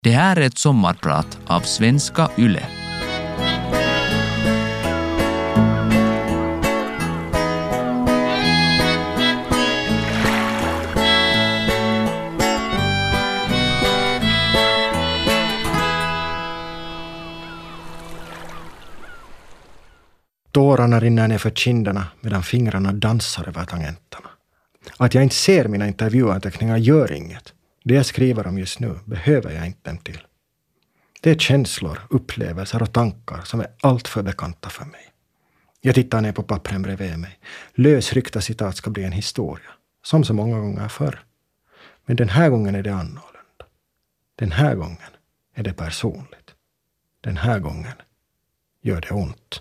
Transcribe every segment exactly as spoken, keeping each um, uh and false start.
Det här är ett sommarprat av Svenska Yle. Tårarna rinner ner för kinderna medan fingrarna dansar över tangenterna. Att jag inte ser mina intervjuanteckningar gör inget. Det jag skriver om just nu behöver jag inte dem till. Det är känslor, upplevelser och tankar som är allt för bekanta för mig. Jag tittar ner på pappren bredvid mig. Lösryckta citat ska bli en historia, som så många gånger förr. Men den här gången är det annorlunda. Den här gången är det personligt. Den här gången gör det ont.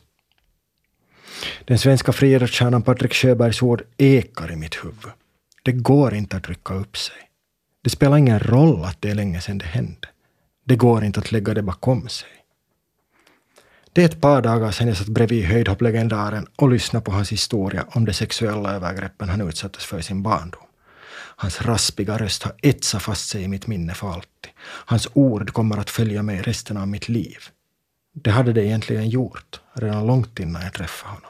Den svenska frihetsstjärnan Patrik Sjöbergs ord ekar i mitt huvud. Det går inte att rycka upp sig. Det spelar ingen roll att det är länge sedan det hände. Det går inte att lägga det bakom sig. Det är ett par dagar sedan jag satt bredvid höjdhopplegendaren och lyssnade på hans historia om de sexuella övergreppen han utsattes för i sin barndom. Hans raspiga röst har etsat fast sig i mitt minne för alltid. Hans ord kommer att följa mig resten av mitt liv. Det hade det egentligen gjort redan långt innan jag träffade honom.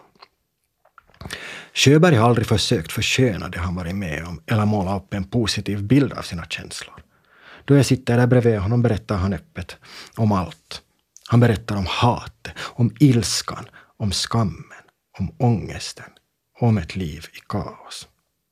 Sjöberg har aldrig försökt försköna det han varit med om eller måla upp en positiv bild av sina känslor. Då jag sitter där bredvid honom berättar han öppet om allt. Han berättar om hatet, om ilskan, om skammen, om ångesten, om ett liv i kaos.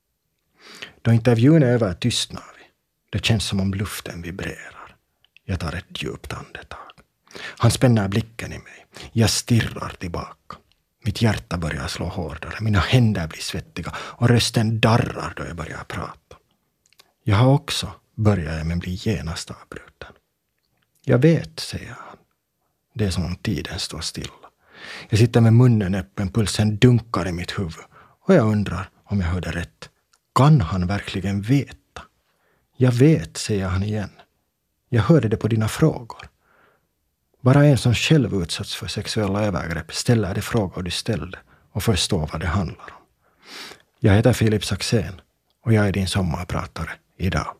Då intervjun är över tystnar vi. Det känns som om luften vibrerar. Jag tar ett djupt andetag. Han spänner blicken i mig. Jag stirrar tillbaka. Mitt hjärta börjar slå hårdare. Mina händer blir svettiga och rösten darrar då jag börjar prata. Jag har också börjat men blir genast avbruten. Jag vet, säger han. Det är som om tiden står stilla. Jag sitter med munnen öppen, pulsen dunkar i mitt huvud. Och jag undrar om jag hörde rätt. Kan han verkligen veta? Jag vet, säger han igen. Jag hörde det på dina frågor. Bara en som själv utsatts för sexuella övergrepp ställer de frågor du ställde och förstår vad det handlar om. Jag heter Filip Saxén och jag är din sommarpratare idag.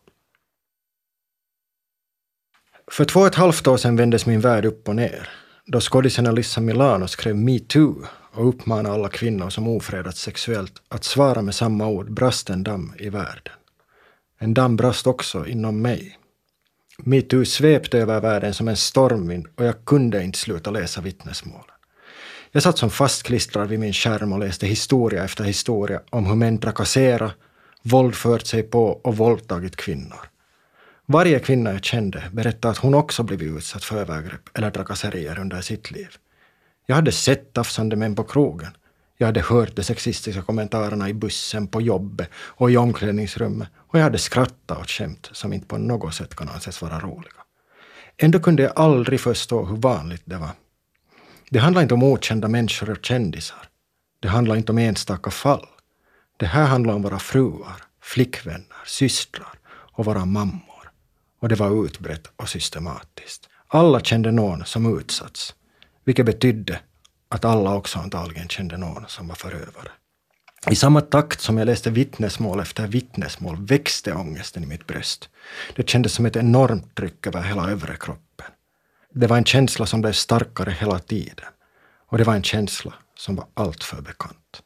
För två och ett halvt år sedan vändes min värld upp och ner. Då skådisen Alyssa Milano skrev Me Too och uppmanade alla kvinnor som ofredats sexuellt att svara med samma ord brast en damm i världen. En damm brast också inom mig. Me Too svepte över världen som en stormvind och jag kunde inte sluta läsa vittnesmålen. Jag satt som fastklistrad vid min skärm och läste historia efter historia om hur män trakasserat, våld fört sig på och våldtagit kvinnor. Varje kvinna jag kände berättade att hon också blivit utsatt för övergrepp eller trakasserier under sitt liv. Jag hade sett tafsande män på krogen. Jag hade hört de sexistiska kommentarerna i bussen, på jobbet och i omklädningsrummet och jag hade skrattat åt skämt som inte på något sätt kan anses vara roliga. Ändå kunde jag aldrig förstå hur vanligt det var. Det handlar inte om okända människor och kändisar. Det handlar inte om enstaka fall. Det här handlar om våra fruar, flickvänner, systrar och våra mammor. Och det var utbrett och systematiskt. Alla kände någon som utsatts, vilket betydde att alla också antagligen kände någon som var förövare. I samma takt som jag läste vittnesmål efter vittnesmål växte ångesten i mitt bröst. Det kändes som ett enormt tryck över hela övre kroppen. Det var en känsla som blev starkare hela tiden. Och det var en känsla som var allt för bekant.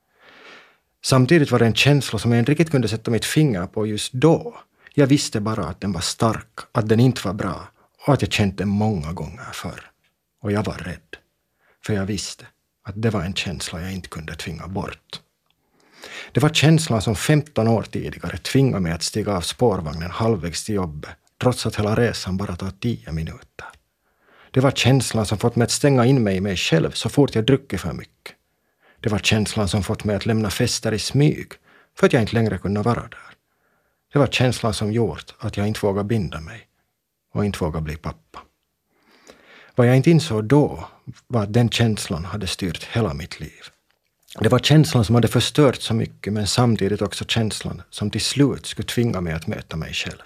Samtidigt var det en känsla som jag inte riktigt kunde sätta mitt finger på just då. Jag visste bara att den var stark, att den inte var bra och att jag känt den många gånger förr. Och jag var rädd. För jag visste att det var en känsla jag inte kunde tvinga bort. Det var känslan som femton år tidigare tvingade mig att stiga av spårvagnen halvvägs till jobbet, trots att hela resan bara tar tio minuter. Det var känslan som fått mig att stänga in mig i mig själv så fort jag druckit för mycket. Det var känslan som fått mig att lämna fester i smyg för att jag inte längre kunde vara där. Det var känslan som gjort att jag inte vågar binda mig och inte vågar bli pappa. Vad jag inte insåg då var att den känslan hade styrt hela mitt liv. Det var känslan som hade förstört så mycket men samtidigt också känslan som till slut skulle tvinga mig att möta mig själv.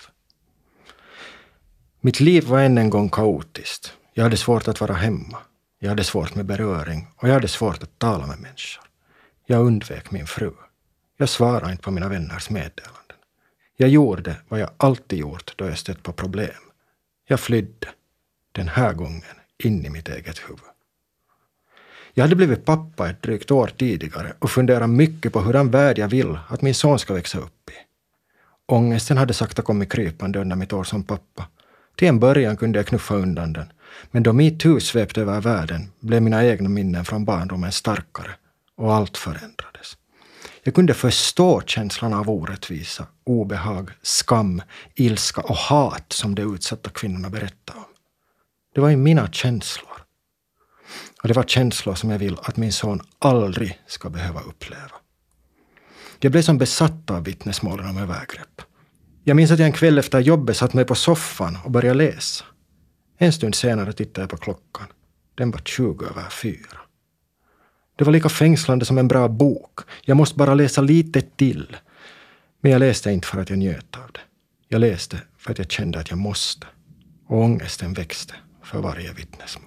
Mitt liv var än en gång kaotiskt. Jag hade svårt att vara hemma. Jag hade svårt med beröring och jag hade svårt att tala med människor. Jag undvek min fru. Jag svarade inte på mina vänners meddelanden. Jag gjorde vad jag alltid gjort då jag stött på problem. Jag flydde, den här gången, in i mitt eget huvud. Jag hade blivit pappa ett drygt år tidigare och funderat mycket på hurdan värld jag vill att min son ska växa upp i. Ångesten hade sakta kommit krypande under mitt år som pappa. Till en början kunde jag knuffa undan den, men då MeToo svepte över världen blev mina egna minnen från barndomen starkare och allt förändrades. Jag kunde förstå känslan av orättvisa, obehag, skam, ilska och hat som de utsatta kvinnorna berättade om. Det var ju mina känslor. Och det var känslor som jag vill att min son aldrig ska behöva uppleva. Jag blev som besatt av vittnesmålen om övergrepp. Jag minns att jag en kväll efter jobbet satt mig på soffan och började läsa. En stund senare tittade jag på klockan. Den var tjugo över fyra. Det var lika fängslande som en bra bok. Jag måste bara läsa lite till. Men jag läste inte för att jag njöt av det. Jag läste för att jag kände att jag måste. Och ångesten växte för varje vittnesmål.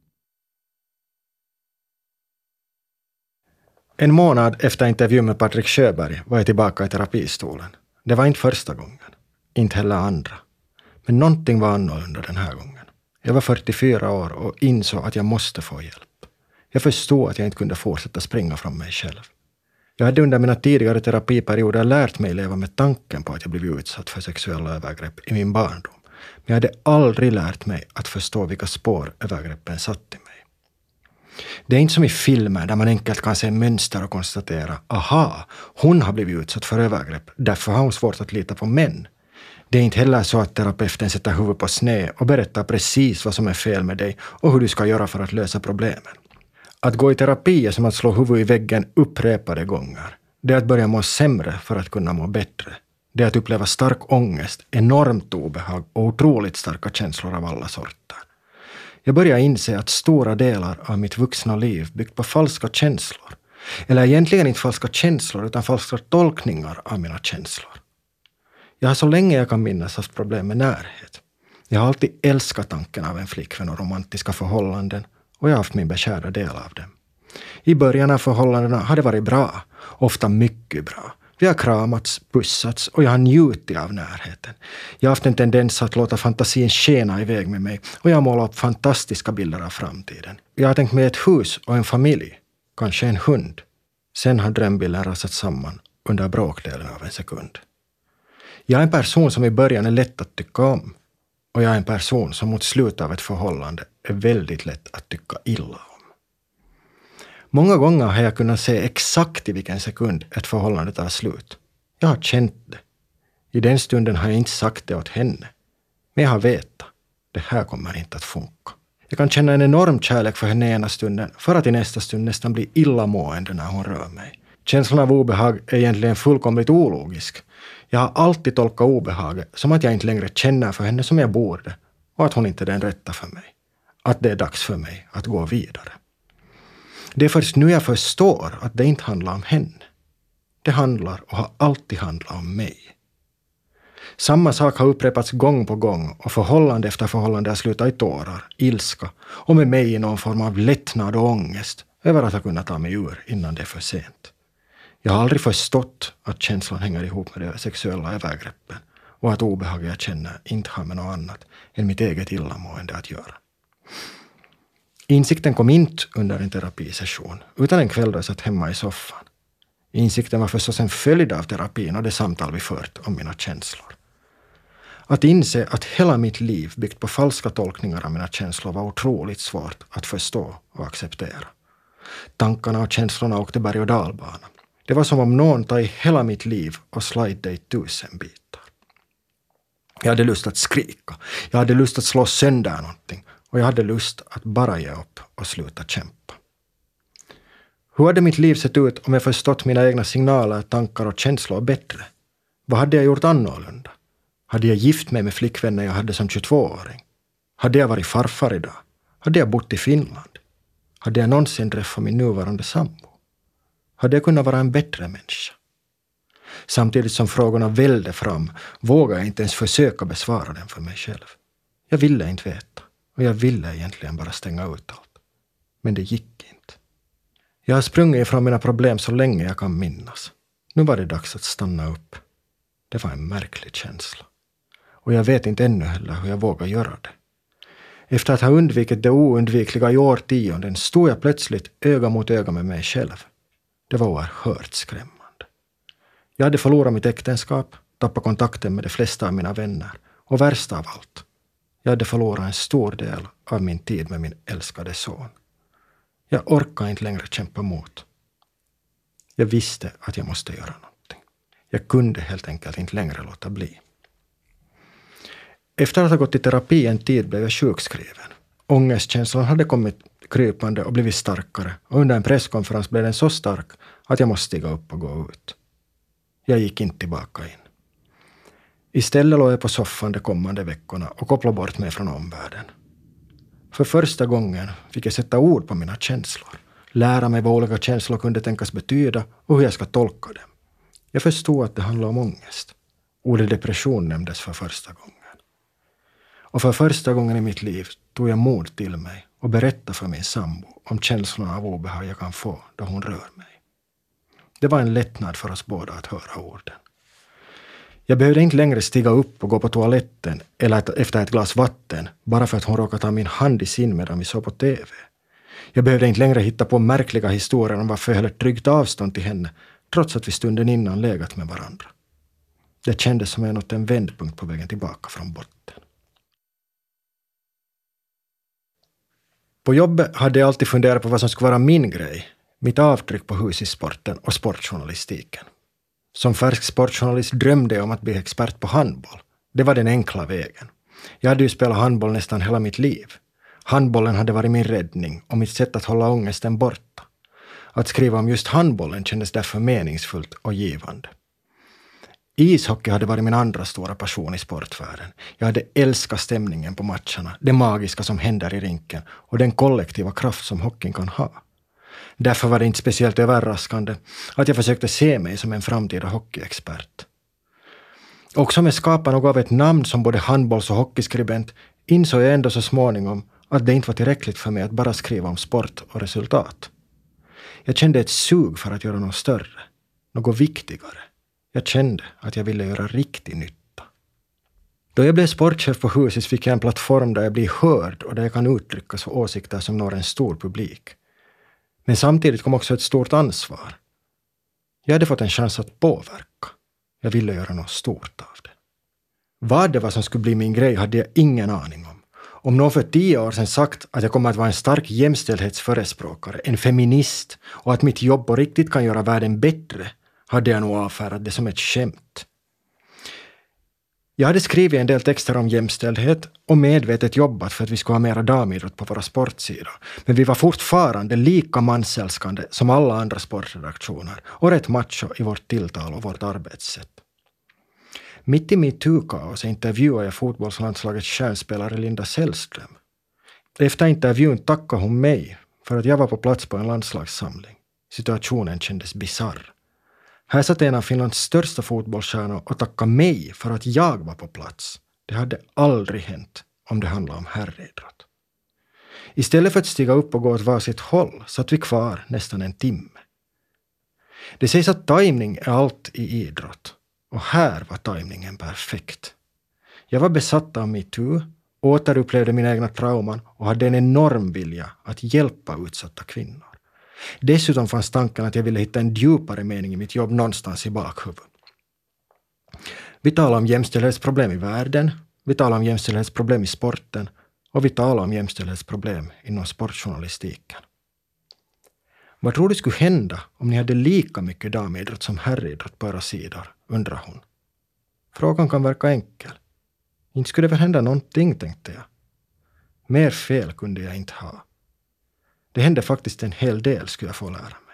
En månad efter intervjun med Patrik Sjöberg var jag tillbaka i terapistolen. Det var inte första gången. Inte heller andra. Men någonting var annorlunda den här gången. Jag var fyrtiofyra år och insåg att jag måste få hjälp. Jag förstod att jag inte kunde fortsätta springa från mig själv. Jag hade under mina tidigare terapiperioder lärt mig leva med tanken på att jag blivit utsatt för sexuella övergrepp i min barndom. Men jag hade aldrig lärt mig att förstå vilka spår övergreppen satt i mig. Det är inte som i filmer där man enkelt kan se mönster och konstatera, aha, hon har blivit utsatt för övergrepp, därför har hon svårt att lita på män. Det är inte heller så att terapeuten sätter huvudet på sned och berättar precis vad som är fel med dig och hur du ska göra för att lösa problemen. Att gå i terapi är som att slå huvudet i väggen upprepade gånger. Det är att börja må sämre för att kunna må bättre. Det är att uppleva stark ångest, enormt obehag och otroligt starka känslor av alla sorter. Jag började inse att stora delar av mitt vuxna liv byggt på falska känslor. Eller egentligen inte falska känslor utan falska tolkningar av mina känslor. Jag har så länge jag kan minnas haft problem med närhet. Jag har alltid älskat tanken av en flickvän och romantiska förhållanden och jag har haft min beskärda del av dem. I början av förhållandena har det varit bra, ofta mycket bra. Vi har kramats, pussats och jag har njutit av närheten. Jag har haft en tendens att låta fantasin skena iväg med mig och jag har målat upp fantastiska bilder av framtiden. Jag har tänkt mig ett hus och en familj, kanske en hund. Sen har drömbilden rasat samman under bråkdelen av en sekund. Jag är en person som i början är lätt att tycka om och jag är en person som mot slutet av ett förhållande är väldigt lätt att tycka illa om. Många gånger har jag kunnat se exakt i vilken sekund ett förhållande tar slut. Jag har känt det. I den stunden har jag inte sagt det åt henne. Men jag har vetat. Det här kommer inte att funka. Jag kan känna en enorm kärlek för henne ena stunden för att i nästa stund nästan bli illamående när hon rör mig. Känslan av obehag är egentligen fullkomligt ologisk. Jag har alltid tolkat obehaget som att jag inte längre känner för henne som jag borde och att hon inte är den rätta för mig. Att det är dags för mig att gå vidare. Det är först nu jag förstår att det inte handlar om henne. Det handlar och har alltid handlat om mig. Samma sak har upprepats gång på gång och förhållande efter förhållande har slutat i tårar, ilska och med mig i någon form av lättnad och ångest över att ha kunnat ta mig ur innan det är för sent. Jag har aldrig förstått att känslan hänger ihop med de sexuella övergreppen och att obehaget jag känner inte har med något annat än mitt eget illamående att göra. Insikten kom inte under en terapisession, utan en kväll då jag satt hemma i soffan. Insikten var förstås en följd av terapin och det samtal vi fört om mina känslor. Att inse att hela mitt liv byggt på falska tolkningar av mina känslor var otroligt svårt att förstå och acceptera. Tankarna och känslorna åkte berg- och dalbana. Det var som om någon tagit hela mitt liv och slide i tusen bitar. Jag hade lust att skrika. Jag hade lust att slå sönder någonting. Och jag hade lust att bara ge upp och sluta kämpa. Hur hade mitt liv sett ut om jag förstått mina egna signaler, tankar och känslor bättre? Vad hade jag gjort annorlunda? Hade jag gift mig med flickvännen jag hade som tjugotvååring? Hade jag varit farfar idag? Hade jag bott i Finland? Hade jag någonsin träffat min nuvarande sambo? Hade jag kunnat vara en bättre människa? Samtidigt som frågorna vällde fram vågade jag inte ens försöka besvara dem för mig själv. Jag ville inte veta. Och jag ville egentligen bara stänga ut allt. Men det gick inte. Jag har sprungit ifrån mina problem så länge jag kan minnas. Nu var det dags att stanna upp. Det var en märklig känsla. Och jag vet inte ännu heller hur jag vågar göra det. Efter att ha undvikit det oundvikliga i årtionden stod jag plötsligt öga mot öga med mig själv. Det var oerhört skrämmande. Jag hade förlorat mitt äktenskap, tappat kontakten med de flesta av mina vänner. Och värst av allt, jag hade förlorat en stor del av min tid med min älskade son. Jag orkade inte längre kämpa mot. Jag visste att jag måste göra någonting. Jag kunde helt enkelt inte längre låta bli. Efter att ha gått i terapi en tid blev jag sjukskriven. Ångestkänslan hade kommit krypande och blivit starkare. Och under en presskonferens blev den så stark att jag måste stiga upp och gå ut. Jag gick inte tillbaka in. Istället låg jag på soffan de kommande veckorna och kopplade bort mig från omvärlden. För första gången fick jag sätta ord på mina känslor. Lära mig vad olika känslor kunde tänkas betyda och hur jag ska tolka dem. Jag förstod att det handlade om ångest. Ordet depression nämndes för första gången. Och för första gången i mitt liv tog jag mod till mig och berättade för min sambo om känslorna av obehag jag kan få då hon rör mig. Det var en lättnad för oss båda att höra orden. Jag behövde inte längre stiga upp och gå på toaletten eller efter ett glas vatten bara för att hon råkade ta min hand i sin medan vi såg på tv. Jag behövde inte längre hitta på märkliga historier om varför jag höll ett tryggt avstånd till henne trots att vi stunden innan legat med varandra. Det kändes som jag nått en vändpunkt på vägen tillbaka från botten. På jobbet hade jag alltid funderat på vad som skulle vara min grej, mitt avtryck på hussporten och sportjournalistiken. Som färsk sportjournalist drömde jag om att bli expert på handboll. Det var den enkla vägen. Jag hade ju spelat handboll nästan hela mitt liv. Handbollen hade varit min räddning och mitt sätt att hålla ångesten borta. Att skriva om just handbollen kändes därför meningsfullt och givande. Ishockey hade varit min andra stora passion i sportvärlden. Jag hade älskat stämningen på matcherna, det magiska som händer i rinken och den kollektiva kraft som hockeyn kan ha. Därför var det inte speciellt överraskande att jag försökte se mig som en framtida hockeyexpert. Också med skapandet av ett namn som både handbolls- och hockeyskribent insåg jag ändå så småningom att det inte var tillräckligt för mig att bara skriva om sport och resultat. Jag kände ett sug för att göra något större, något viktigare. Jag kände att jag ville göra riktig nytta. Då jag blev sportchef på Husis fick jag en plattform där jag blir hörd och där jag kan uttrycka så åsikter som når en stor publik. Men samtidigt kom också ett stort ansvar. Jag hade fått en chans att påverka. Jag ville göra något stort av det. Vad det var som skulle bli min grej hade jag ingen aning om. Om någon för tio år sedan sagt att jag kommer att vara en stark jämställdhetsförespråkare, en feminist och att mitt jobb på riktigt kan göra världen bättre hade jag nog avfärdat det som ett skämt. Jag hade skrivit en del texter om jämställdhet och medvetet jobbat för att vi skulle ha mera damidrott på våra sportsidor. Men vi var fortfarande lika mansälskande som alla andra sportredaktioner och rätt macho i vårt tilltal och vårt arbetssätt. Mitt i MeToo-kaos intervjuade jag fotbollslandslagets stjärnspelare Linda Sällström. Efter intervjun tackade hon mig för att jag var på plats på en landslagssamling. Situationen kändes bizarr. Här satt en av Finlands största fotbollsstjärnor och tackade mig för att jag var på plats. Det hade aldrig hänt om det handlade om herridrott. Istället för att stiga upp och gå åt varsitt håll satt vi kvar nästan en timme. Det sägs att timing är allt i idrott. Och här var timingen perfekt. Jag var besatt av MeToo, återupplevde mina egna trauman och hade en enorm vilja att hjälpa utsatta kvinnor. Dessutom fanns tanken att jag ville hitta en djupare mening i mitt jobb någonstans i bakhuvudet. Vi talar om jämställdhetsproblem i världen, vi talar om jämställdhetsproblem i sporten och vi talar om jämställdhetsproblem inom sportjournalistiken. Vad tror du skulle hända om ni hade lika mycket damidrott som herridrott på era sidor, undrar hon. Frågan kan verka enkel. Inte skulle det väl hända någonting, tänkte jag. Mer fel kunde jag inte ha. Det hände faktiskt en hel del, skulle jag få lära mig.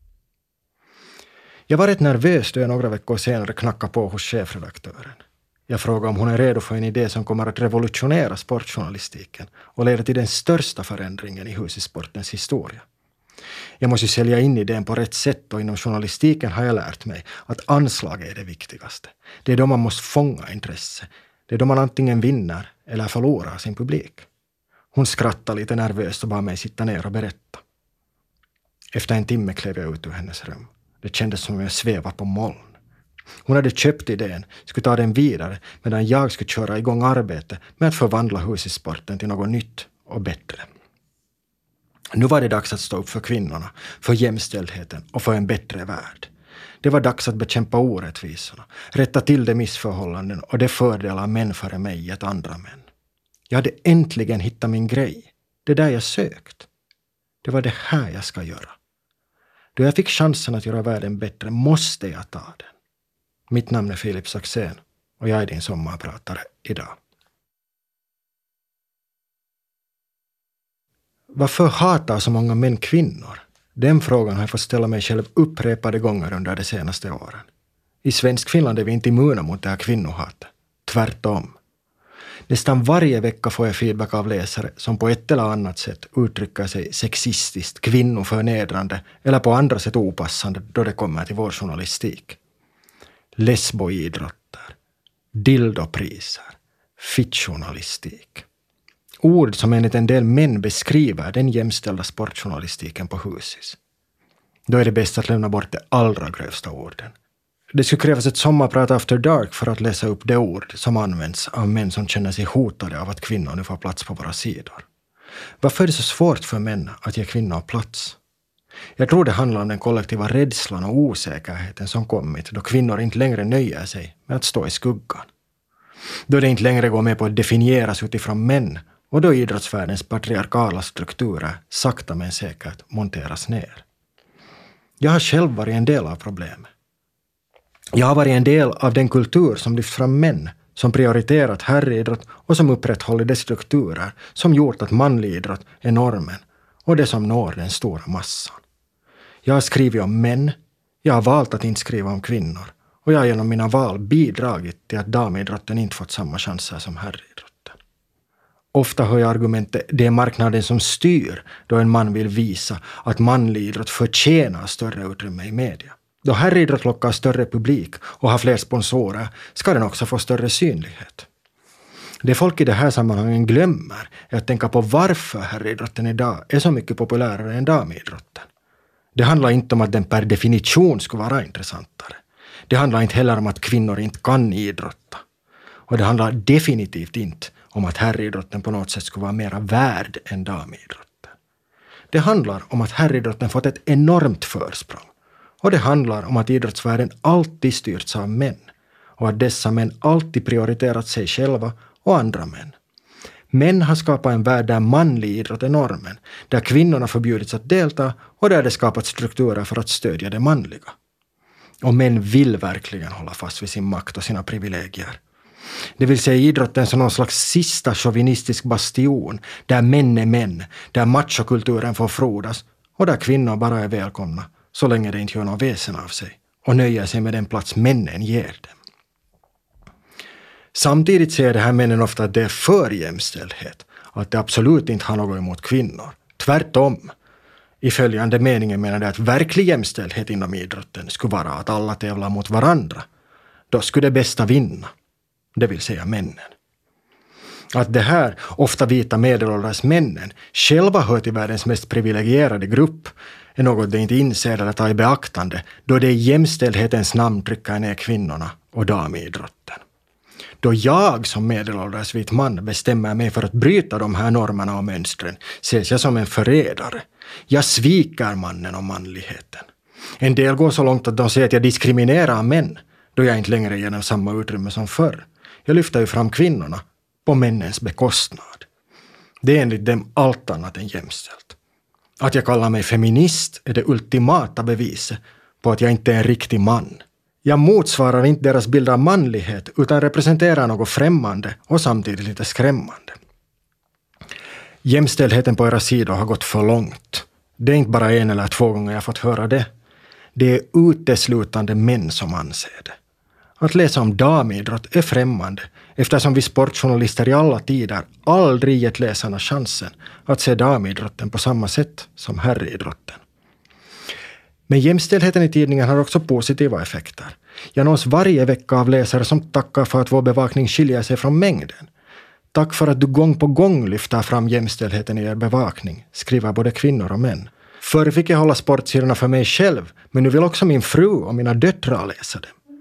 Jag var rätt nervös då jag några veckor senare knackade på hos chefredaktören. Jag frågade om hon är redo för en idé som kommer att revolutionera sportjournalistiken och leda till den största förändringen i husisportens historia. Jag måste sälja in idén på rätt sätt och inom journalistiken har jag lärt mig att anslag är det viktigaste. Det är då man måste fånga intresse. Det är då man antingen vinner eller förlorar sin publik. Hon skrattade lite nervöst och bad mig sitta ner och berätta. Efter en timme klev jag ut ur hennes rum. Det kändes som om jag svävade på moln. Hon hade köpt idén, skulle ta den vidare medan jag skulle köra igång arbete med att förvandla husisporten till något nytt och bättre. Nu var det dags att stå upp för kvinnorna, för jämställdheten och för en bättre värld. Det var dags att bekämpa orättvisorna, rätta till de missförhållanden och de fördelar män före mig gett andra män. Jag hade äntligen hittat min grej, det där jag sökt. Det var det här jag ska göra. Då jag fick chansen att göra världen bättre måste jag ta den. Mitt namn är Filip Saxén och jag är din sommarpratare idag. Varför hatar så många män kvinnor? Den frågan har jag fått ställa mig själv upprepade gånger under de senaste åren. I svensk Finland är vi inte immuna mot det här kvinnohatet. Tvärtom. Nästan varje vecka får jag feedback av läsare som på ett eller annat sätt uttrycker sig sexistiskt, kvinnoförnedrande eller på andra sätt opassande då det kommer till vår journalistik. Lesboidrotter, dildopriser, fittjournalistik. Ord som enligt en del män beskriver den jämställda sportjournalistiken på Husis. Då är det bäst att lämna bort de allra grövsta orden. Det skulle krävas ett sommarprat after dark för att läsa upp de ord som används av män som känner sig hotade av att kvinnor nu får plats på våra sidor. Varför är det så svårt för män att ge kvinnor plats? Jag tror det handlar om den kollektiva rädslan och osäkerheten som kommit då kvinnor inte längre nöjer sig med att stå i skuggan. Då det inte längre går med på att definieras utifrån män och då idrottsvärldens patriarkala strukturer sakta men säkert monteras ner. Jag har själv varit en del av problemet. Jag har varit en del av den kultur som lyft fram män, som prioriterat herridrott och som upprätthåller de strukturer som gjort att manlig idrott är normen och det som når den stora massan. Jag har skrivit om män, jag har valt att inte skriva om kvinnor och jag har genom mina val bidragit till att damidrotten inte fått samma chanser som herridrotten. Ofta hör jag argumentet det är marknaden som styr då en man vill visa att manlig idrott förtjänar större utrymme i media. Då herridrott lockar större publik och har fler sponsorer ska den också få större synlighet. Det folk i det här sammanhanget glömmer är att tänka på varför herridrotten idag är så mycket populärare än damidrotten. Det handlar inte om att den per definition skulle vara intressantare. Det handlar inte heller om att kvinnor inte kan idrotta. Och det handlar definitivt inte om att herridrotten på något sätt skulle vara mera värd än damidrotten. Det handlar om att herridrotten fått ett enormt försprång. Och det handlar om att idrottsvärlden alltid styrts av män och att dessa män alltid prioriterat sig själva och andra män. Män har skapat en värld där manlig idrott är normen, där kvinnorna förbjudits att delta och där det skapats strukturer för att stödja det manliga. Och män vill verkligen hålla fast vid sin makt och sina privilegier. Det vill säga idrotten som någon slags sista chauvinistisk bastion där män är män, där machokulturen får frodas och där kvinnor bara är välkomna så länge det inte gör någon väsen av sig och nöjer sig med den plats männen ger dem. Samtidigt säger det här männen ofta att det är för jämställdhet, att det absolut inte har något emot kvinnor. Tvärtom. I följande meningen menar det att verklig jämställdhet inom idrotten skulle vara att alla tävlar mot varandra. Då skulle det bästa vinna, det vill säga männen. Att det här ofta vita medelålders männen själva hör till världens mest privilegierade grupp är något de inte inser eller tar i beaktande då det i jämställdhetens namn trycker ner kvinnorna och damidrotten. Då jag som medelålders vit man bestämmer mig för att bryta de här normerna och mönstren ses jag som en förrädare. Jag sviker mannen och manligheten. En del går så långt att de säger att jag diskriminerar män då jag inte längre ger dem samma utrymme som förr. Jag lyfter ju fram kvinnorna på männens bekostnad. Det är enligt dem allt annat än jämställt. Att jag kallar mig feminist är det ultimata beviset på att jag inte är en riktig man. Jag motsvarar inte deras bild av manlighet utan representerar något främmande och samtidigt lite skrämmande. Jämställdheten på era sidor har gått för långt. Det är inte bara en eller två gånger jag fått höra det. Det är uteslutande män som anser det. Att läsa om damidrott är främmande eftersom vi sportjournalister i alla tider aldrig gett läsarna chansen att se damidrotten på samma sätt som herridrotten. Men jämställdheten i tidningen har också positiva effekter. Jag nås varje vecka av läsare som tackar för att vår bevakning skiljer sig från mängden. Tack för att du gång på gång lyfter fram jämställdheten i er bevakning, skriver både kvinnor och män. Förr fick jag hålla sportsidorna för mig själv, men nu vill också min fru och mina döttrar läsa dem.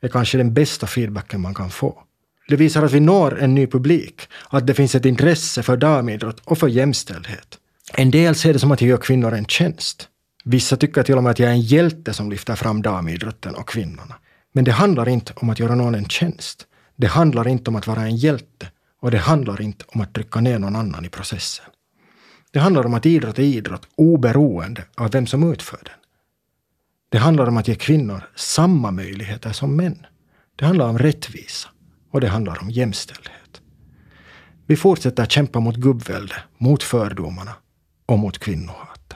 är kanske den bästa feedbacken man kan få. Det visar att vi når en ny publik, att det finns ett intresse för damidrott och för jämställdhet. En del ser det som att jag gör kvinnor en tjänst. Vissa tycker till och med att jag är en hjälte som lyfter fram damidrotten och kvinnorna. Men det handlar inte om att göra någon en tjänst. Det handlar inte om att vara en hjälte. Och det handlar inte om att trycka ner någon annan i processen. Det handlar om att idrott är idrott oberoende av vem som utför den. Det handlar om att ge kvinnor samma möjligheter som män. Det handlar om rättvisa. Och det handlar om jämställdhet. Vi fortsätter kämpa mot gubbvälde, mot fördomarna och mot kvinnohat.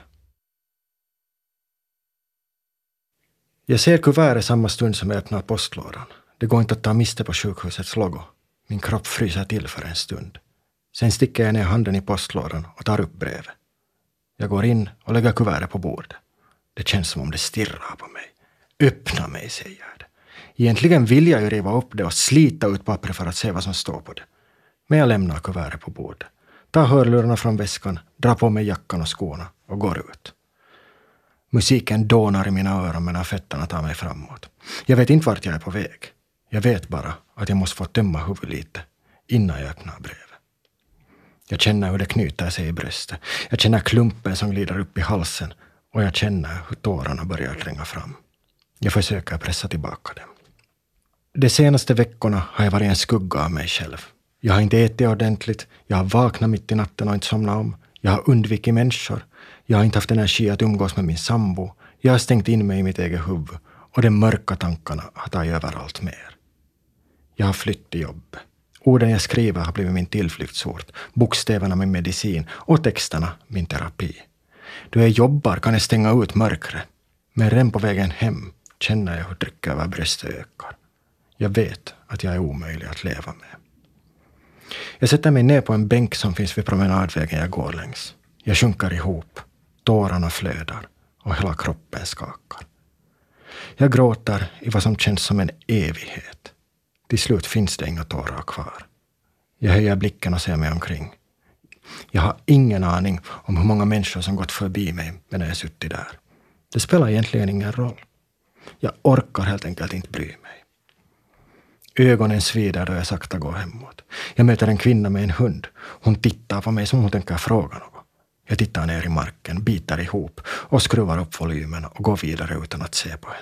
Jag ser kuvertet samma stund som jag öppnar postlådan. Det går inte att ta miste på sjukhusets logo. Min kropp fryser till för en stund. Sen sticker jag ner handen i postlådan och tar upp brevet. Jag går in och lägger kuvertet på bordet. Det känns som om det stirrar på mig. Öppna mig, säger jag det. Egentligen vill jag ju riva upp det och slita ut pappret för att se vad som står på det. Men jag lämnar kuvertet på bordet. Tar hörlurarna från väskan, drar på mig jackan och skorna och går ut. Musiken dånar i mina öron medan fötterna tar mig framåt. Jag vet inte vart jag är på väg. Jag vet bara att jag måste få tömma huvudet lite innan jag öppnar brevet. Jag känner hur det knyter sig i bröstet. Jag känner klumpen som glider upp i halsen och jag känner hur tårarna börjar tränga fram. Jag försöker pressa tillbaka dem. De senaste veckorna har jag varit en skugga av mig själv. Jag har inte ätit ordentligt, jag har vaknat mitt i natten och inte somnat om. Jag har undvikit människor. Jag har inte haft energi att umgås med min sambo. Jag har stängt in mig i mitt eget huvud och de mörka tankarna har tagit över allt mer. Jag har flytt till jobb. Orden jag skriver har blivit min tillflyktsort, bokstäverna min medicin och texterna min terapi. Då jag jobbar kan jag stänga ut mörkret, men redan på vägen hem känner jag hur trycket över bröstet ökar. Jag vet att jag är omöjlig att leva med. Jag sätter mig ner på en bänk som finns vid promenadvägen jag går längs. Jag sjunker ihop, tårarna flödar och hela kroppen skakar. Jag gråter i vad som känns som en evighet. Till slut finns det inga tårar kvar. Jag höjer blicken och ser mig omkring. Jag har ingen aning om hur många människor som gått förbi mig medan jag suttit där. Det spelar egentligen ingen roll. Jag orkar helt enkelt inte bry mig. Ögonen svider då jag sakta går hemåt. Jag möter en kvinna med en hund. Hon tittar på mig som hon tänker fråga något. Jag tittar ner i marken, biter ihop och skruvar upp volymen och går vidare utan att se på henne.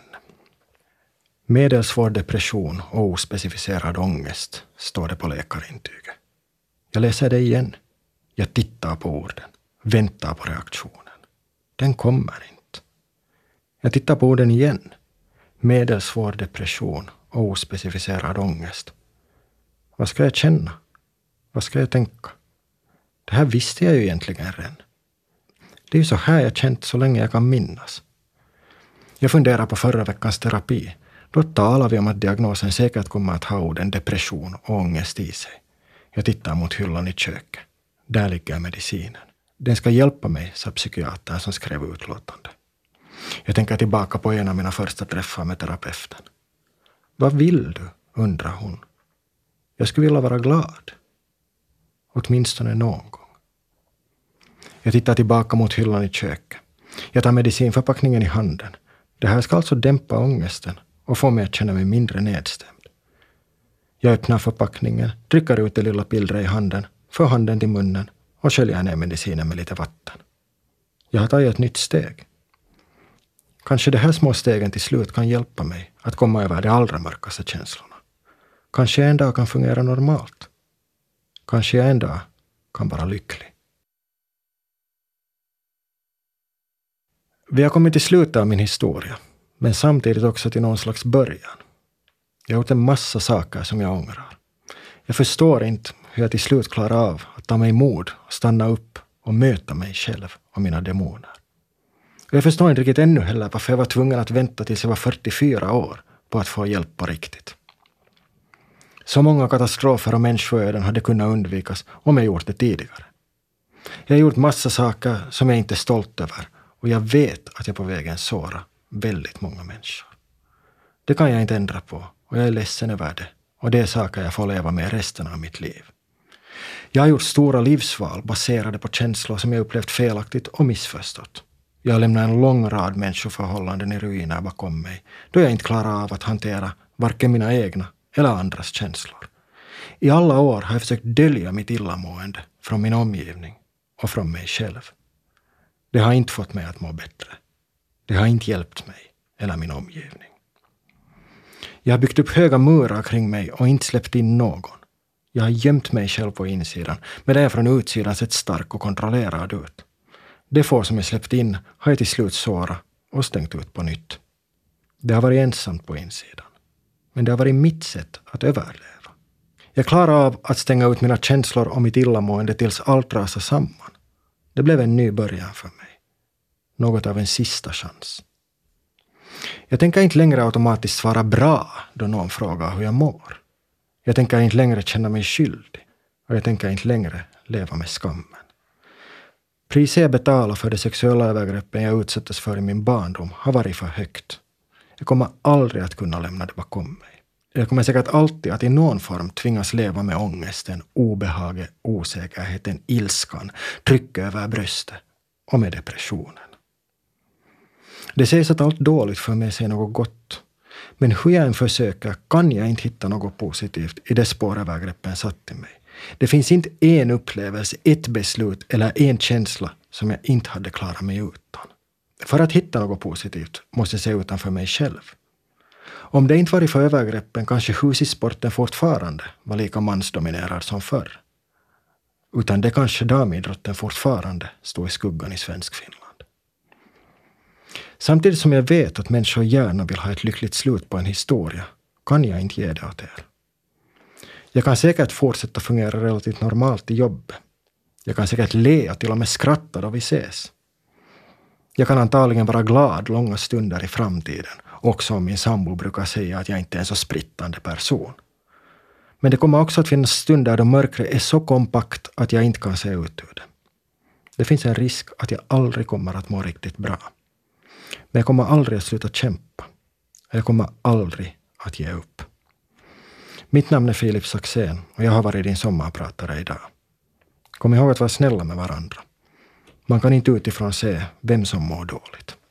Medelsvår depression och ospecificerad ångest står det på läkarintyget. Jag läser det igen. Jag tittar på orden, väntar på reaktionen. Den kommer inte. Jag tittar på orden igen. Medelsvår depression och ospecificerad ångest. Vad ska jag känna? Vad ska jag tänka? Det här visste jag ju egentligen redan. Det är ju så här jag känt så länge jag kan minnas. Jag funderar på förra veckans terapi. Då talar vi om att diagnosen säkert kommer att ha orden depression och ångest i sig. Jag tittar mot hyllan i köket. Där ligger medicinen. Den ska hjälpa mig, sa psykiatern som skrev utlåtande. Jag tänker tillbaka på en av mina första träffar med terapeuten. Vad vill du? Undrar hon. Jag skulle vilja vara glad. Åtminstone någon gång. Jag tittar tillbaka mot hyllan i köket. Jag tar medicinförpackningen i handen. Det här ska alltså dämpa ångesten och få mig att känna mig mindre nedstämd. Jag öppnar förpackningen, trycker ut det lilla pillret i handen, för handen till munnen och sköljer ner medicinen med lite vatten. Jag har tagit ett nytt steg. Kanske de här små stegen till slut kan hjälpa mig att komma över de allra mörkaste känslorna. Kanske jag en dag kan fungera normalt. Kanske jag en dag kan vara lycklig. Vi har kommit till slutet av min historia, men samtidigt också till någon slags början. Jag har gjort en massa saker som jag ångrar. Jag förstår inte hur jag till slut klarar av att ta mig mod och stanna upp och möta mig själv och mina demoner. Och jag förstår inte riktigt ännu heller varför jag var tvungen att vänta tills jag var fyrtiofyra år på att få hjälp på riktigt. Så många katastrofer och människoöden hade kunnat undvikas om jag gjort det tidigare. Jag har gjort massa saker som jag inte är stolt över och jag vet att jag på vägen sårar väldigt många människor. Det kan jag inte ändra på och jag är ledsen över det och det är saker jag får leva med resten av mitt liv. Jag har gjort stora livsval baserade på känslor som jag upplevt felaktigt och missförstått. Jag har lämnat en lång rad människoförhållanden i ruiner bakom mig då jag inte klarar av att hantera varken mina egna eller andras känslor. I alla år har jag försökt dölja mitt illamående från min omgivning och från mig själv. Det har inte fått mig att må bättre. Det har inte hjälpt mig eller min omgivning. Jag har byggt upp höga murar kring mig och inte släppt in någon. Jag har gömt mig själv på insidan, medan jag från utsidan sett stark och kontrollerad ut. Det få som jag släppt in har jag till slut sårat och stängt ut på nytt. Det har varit ensamt på insidan. Men det har varit mitt sätt att överleva. Jag klarar av att stänga ut mina känslor och mitt illamående tills allt rasar samman. Det blev en ny början för mig. Något av en sista chans. Jag tänker inte längre automatiskt svara bra då någon frågar hur jag mår. Jag tänker inte längre känna mig skyldig. Och jag tänker inte längre leva med skammen. Priset jag betalar för de sexuella övergreppen jag utsattes för i min barndom har varit för högt. Jag kommer aldrig att kunna lämna det bakom mig. Jag kommer säkert alltid att i någon form tvingas leva med ångesten, obehaget, osäkerheten, ilskan, tryck över bröstet och med depressionen. Det sägs att allt dåligt för mig sig något gott. Men hur jag än försöker kan jag inte hitta något positivt i det spårövergreppen satt i mig. Det finns inte en upplevelse, ett beslut eller en känsla som jag inte hade klarat mig utan. För att hitta något positivt måste jag se utanför mig själv. Om det inte varit för övergreppen kanske husisporten fortfarande var lika mansdominerad som förr. Utan det kanske damidrotten fortfarande står i skuggan i svensk Finland. Samtidigt som jag vet att människor gärna vill ha ett lyckligt slut på en historia kan jag inte ge det åt er. Jag kan säkert fortsätta fungera relativt normalt i jobbet. Jag kan säkert le och till och med skratta då vi ses. Jag kan antagligen vara glad långa stunder i framtiden. Också om min sambo brukar säga att jag inte är en så sprittande person. Men det kommer också att finnas stunder då mörkret är så kompakt att jag inte kan se ut ur det. Det finns en risk att jag aldrig kommer att må riktigt bra. Men jag kommer aldrig att sluta kämpa. Jag kommer aldrig att ge upp. Mitt namn är Filip Saxén och jag har varit din sommarpratare idag. Kom ihåg att vara snälla med varandra. Man kan inte utifrån se vem som mår dåligt.